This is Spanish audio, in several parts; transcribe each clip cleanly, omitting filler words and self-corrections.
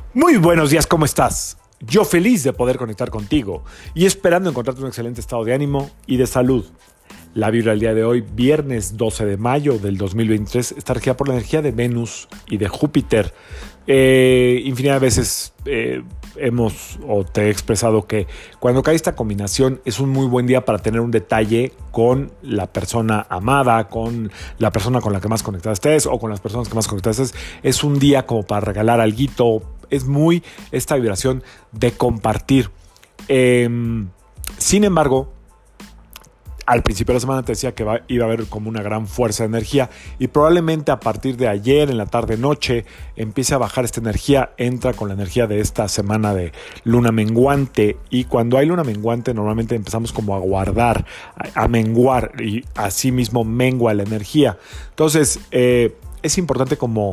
Muy buenos días, ¿cómo estás? Yo feliz de poder conectar contigo y esperando encontrarte un excelente estado de ánimo y de salud. La vibra del día de hoy, viernes 12 de mayo del 2023, está regida por la energía de Venus y de Júpiter. Infinidad de veces te he expresado que cuando cae esta combinación es un muy buen día para tener un detalle con la persona amada, con la persona con la que más conectada estés o con las personas que más conectadas estés. Es un día como para regalar alguito. Es muy esta vibración de compartir. Sin embargo, al principio de la semana te decía que iba a haber como una gran fuerza de energía y probablemente a partir de ayer, en la tarde-noche, empiece a bajar esta energía, entra con la energía de esta semana de luna menguante, y cuando hay luna menguante normalmente empezamos como a guardar, a menguar, y así mismo mengua la energía. Entonces es importante como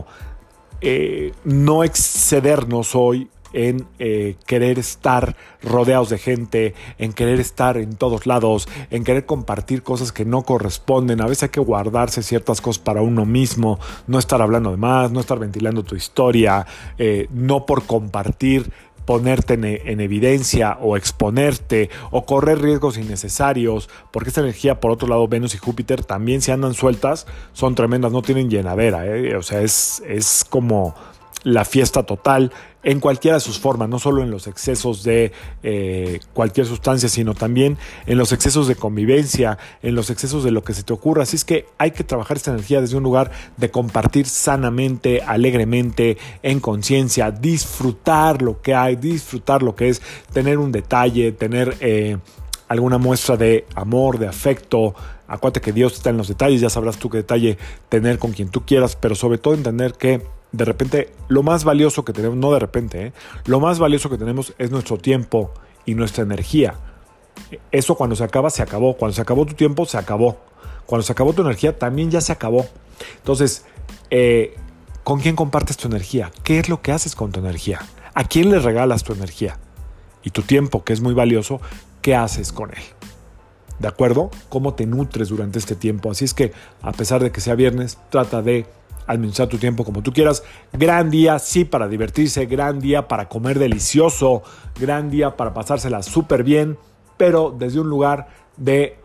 no excedernos hoy en querer estar rodeados de gente, en querer estar en todos lados, en querer compartir cosas que no corresponden. A veces hay que guardarse ciertas cosas para uno mismo, no estar hablando de más, no estar ventilando tu historia, no por compartir ponerte en evidencia o exponerte o correr riesgos innecesarios, porque esta energía, por otro lado, Venus y Júpiter también, si andan sueltas, son tremendas, no tienen llenadera, o sea, es como la fiesta total en cualquiera de sus formas, no solo en los excesos de cualquier sustancia, sino también en los excesos de convivencia, en los excesos de lo que se te ocurra. Así es que hay que trabajar esta energía desde un lugar de compartir sanamente, alegremente, en conciencia, disfrutar lo que hay, disfrutar lo que es tener un detalle, tener alguna muestra de amor, de afecto. Acuérdate que Dios está en los detalles, ya sabrás tú qué detalle tener con quien tú quieras, pero sobre todo entender que de repente lo más valioso que tenemos, no de repente, lo más valioso que tenemos es nuestro tiempo y nuestra energía. Eso cuando se acaba, se acabó. Cuando se acabó tu tiempo, se acabó. Cuando se acabó tu energía, también ya se acabó. Entonces, ¿con quién compartes tu energía? ¿Qué es lo que haces con tu energía? ¿A quién le regalas tu energía? Y tu tiempo, que es muy valioso, ¿qué haces con él? ¿De acuerdo? ¿Cómo te nutres durante este tiempo? Así es que, a pesar de que sea viernes, trata de administrar tu tiempo como tú quieras. Gran día, sí, para divertirse, gran día para comer delicioso, gran día para pasársela súper bien, pero desde un lugar de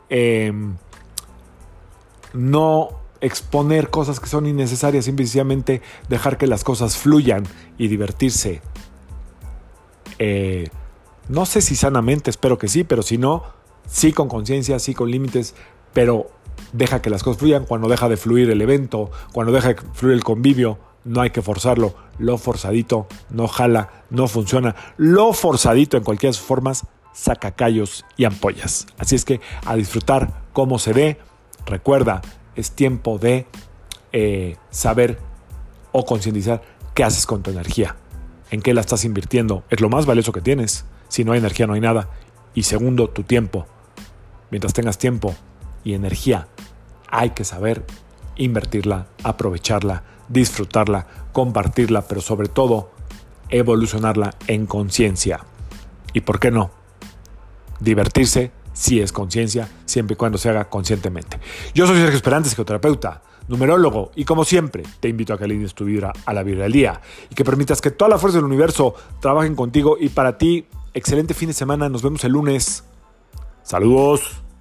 no exponer cosas que son innecesarias, simplemente dejar que las cosas fluyan y divertirse. No sé si sanamente, espero que sí, pero si no, sí con conciencia, sí con límites, pero deja que las cosas fluyan. Cuando deja de fluir el evento, cuando deja de fluir el convivio, no hay que forzarlo. Lo forzadito no jala, no funciona. Lo forzadito en cualquiera de sus formas saca callos y ampollas. Así es que a disfrutar cómo se dé. Recuerda, es tiempo de saber o concientizar qué haces con tu energía, en qué la estás invirtiendo. Es lo más valioso que tienes. Si no hay energía, no hay nada. Y segundo, tu tiempo. Mientras tengas tiempo y energía, hay que saber invertirla, aprovecharla, disfrutarla, compartirla, pero sobre todo evolucionarla en conciencia. ¿Y por qué no? Divertirse sí es conciencia, siempre y cuando se haga conscientemente. Yo soy Sergio Esperante, psicoterapeuta, numerólogo, y como siempre te invito a que alinees tu vibra a la vibra del día y que permitas que toda la fuerza del universo trabajen contigo y para ti. Excelente fin de semana, nos vemos el lunes. Saludos.